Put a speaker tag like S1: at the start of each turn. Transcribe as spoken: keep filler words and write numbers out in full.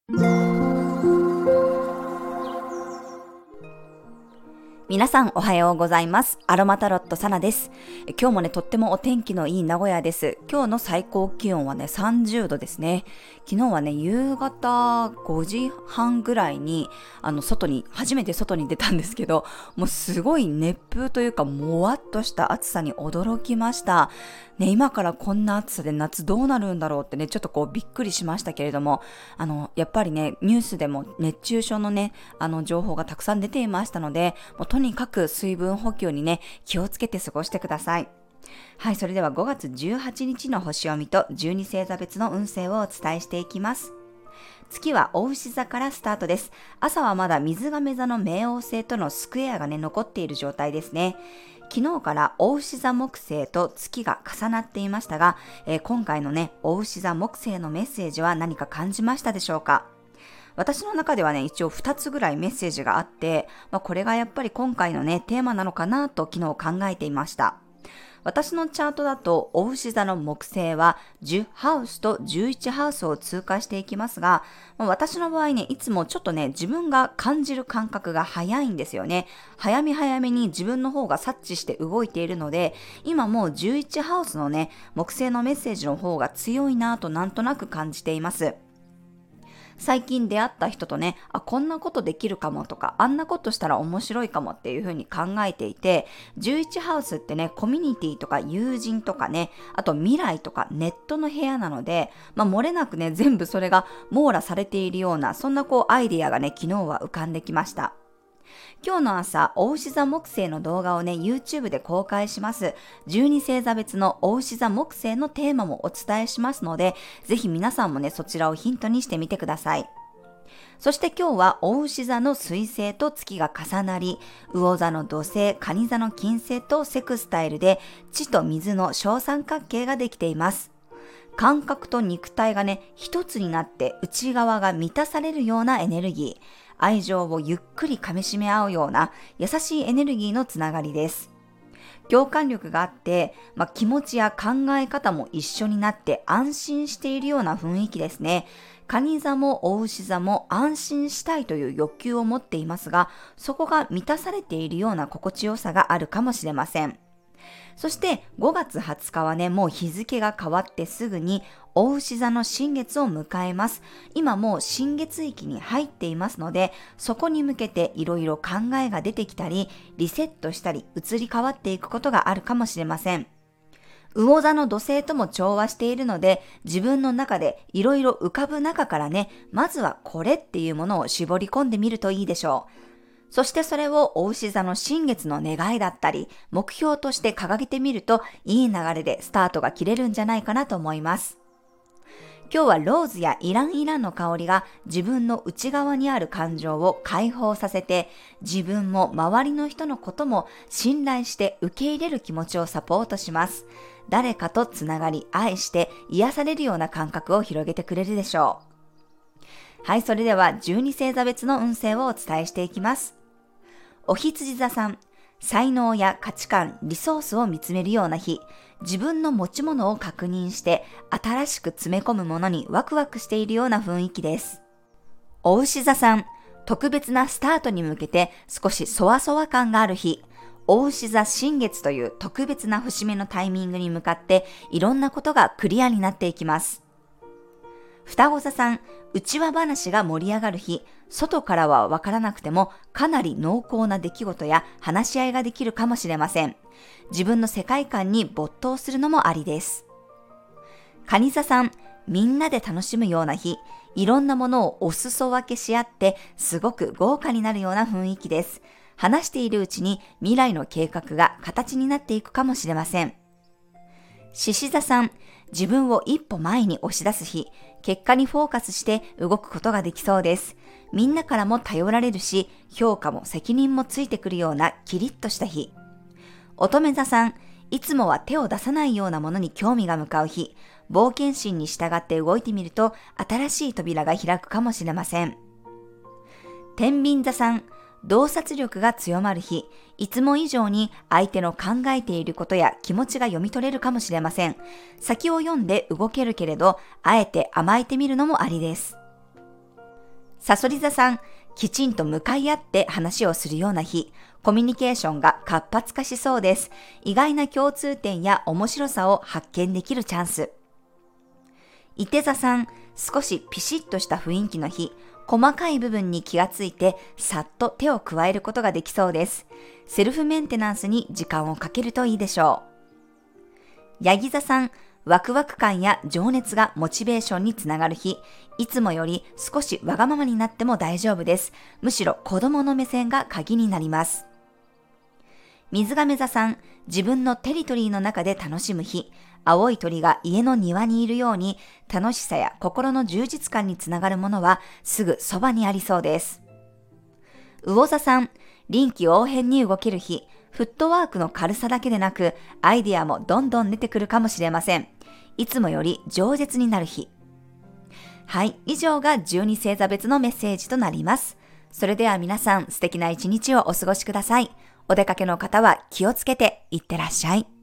S1: 皆さんおはようございます。アロマタロットサナです。今日もね、とってもお天気のいい名古屋です。今日の最高気温はね、さんじゅうどですね。昨日はね、夕方ごじはんぐらいに、あの、外に、初めて外に出たんですけど、もうすごい熱風というか、もわっとした暑さに驚きました。ね、今からこんな暑さで夏どうなるんだろうってね、ちょっとこうびっくりしましたけれども、あの、やっぱりね、ニュースでも熱中症のね、あの、情報がたくさん出ていましたので、もうとにかく水分補給にね、気をつけて過ごしてください。はい、それではごがつじゅうはちにちの星読みとじゅうに星座別の運勢をお伝えしていきます。月は牡牛座からスタートです。朝はまだ水亀座の冥王星とのスクエアがね、残っている状態ですね。昨日から牡牛座木星と月が重なっていましたが、えー、今回のね、牡牛座木星のメッセージは何か感じましたでしょうか？私の中ではね、一応ふたつぐらいメッセージがあって、まあ、これがやっぱり今回のね、テーマなのかなと昨日考えていました。私のチャートだと、牡牛座の木星はじゅうハウスとじゅういちハウスを通過していきますが、私の場合ね、いつもちょっとね、自分が感じる感覚が早いんですよね。早め早めに自分の方が察知して動いているので、今もうじゅういちハウスのね、木星のメッセージの方が強いなぁとなんとなく感じています。最近出会った人とね、あ、こんなことできるかもとか、あんなことしたら面白いかもっていうふうに考えていて、じゅういちハウスってね、コミュニティとか友人とかね、あと未来とかネットの部屋なので、まあ、漏れなくね、全部それが網羅されているような、そんなこうアイディアがね、昨日は浮かんできました。今日の朝、牡牛座木星の動画をね、YouTube で公開します。じゅうに星座別の牡牛座木星のテーマもお伝えしますので、ぜひ皆さんもね、そちらをヒントにしてみてください。そして今日は牡牛座の水星と月が重なり、魚座の土星、蟹座の金星とセクスタイルで、地と水の小三角形ができています。感覚と肉体がね、一つになって内側が満たされるようなエネルギー、愛情をゆっくり噛み締め合うような優しいエネルギーのつながりです。共感力があって、まあ、気持ちや考え方も一緒になって安心しているような雰囲気ですね。蟹座も牡牛座も安心したいという欲求を持っていますが、そこが満たされているような心地よさがあるかもしれません。そしてごがつはつかはね、もう日付が変わってすぐに牡牛座の新月を迎えます。今もう新月域に入っていますので、そこに向けていろいろ考えが出てきたり、リセットしたり、移り変わっていくことがあるかもしれません。魚座の土星とも調和しているので、自分の中でいろいろ浮かぶ中からね、まずはこれっていうものを絞り込んでみるといいでしょう。そしてそれを牡牛座の新月の願いだったり、目標として掲げてみると、いい流れでスタートが切れるんじゃないかなと思います。今日はローズやイランイランの香りが自分の内側にある感情を解放させて、自分も周りの人のことも信頼して受け入れる気持ちをサポートします。誰かとつながり、愛して癒されるような感覚を広げてくれるでしょう。はい、それではじゅうに星座別の運勢をお伝えしていきます。お羊座さん、才能や価値観、リソースを見つめるような日、自分の持ち物を確認して新しく詰め込むものにワクワクしているような雰囲気です。お牛座さん、特別なスタートに向けて少しそわそわ感がある日、お牛座新月という特別な節目のタイミングに向かっていろんなことがクリアになっていきます。双子座さん、内輪話が盛り上がる日、外からはわからなくてもかなり濃厚な出来事や話し合いができるかもしれません。自分の世界観に没頭するのもありです。蟹座さん、みんなで楽しむような日、いろんなものをお裾分けし合ってすごく豪華になるような雰囲気です。話しているうちに未来の計画が形になっていくかもしれません。獅子座さん、自分を一歩前に押し出す日、結果にフォーカスして動くことができそうです。みんなからも頼られるし、評価も責任もついてくるようなキリッとした日。乙女座さん、いつもは手を出さないようなものに興味が向かう日、冒険心に従って動いてみると新しい扉が開くかもしれません。天秤座さん、洞察力が強まる日、いつも以上に相手の考えていることや気持ちが読み取れるかもしれません。先を読んで動けるけれど、あえて甘えてみるのもありです。 さそり座さん、きちんと向かい合って話をするような日、コミュニケーションが活発化しそうです。意外な共通点や面白さを発見できるチャンス。いて座さん、少しピシッとした雰囲気の日、細かい部分に気がついてさっと手を加えることができそうです。セルフメンテナンスに時間をかけるといいでしょう。ヤギ座さん、ワクワク感や情熱がモチベーションにつながる日、いつもより少しわがままになっても大丈夫です。むしろ子供の目線が鍵になります。水亀座さん、自分のテリトリーの中で楽しむ日、青い鳥が家の庭にいるように楽しさや心の充実感につながるものはすぐそばにありそうです。魚座さん、臨機応変に動ける日、フットワークの軽さだけでなくアイデアもどんどん出てくるかもしれません。いつもより饒舌になる日。はい、以上がじゅうに星座別のメッセージとなります。それでは皆さん素敵な一日をお過ごしください。お出かけの方は気をつけていってらっしゃい。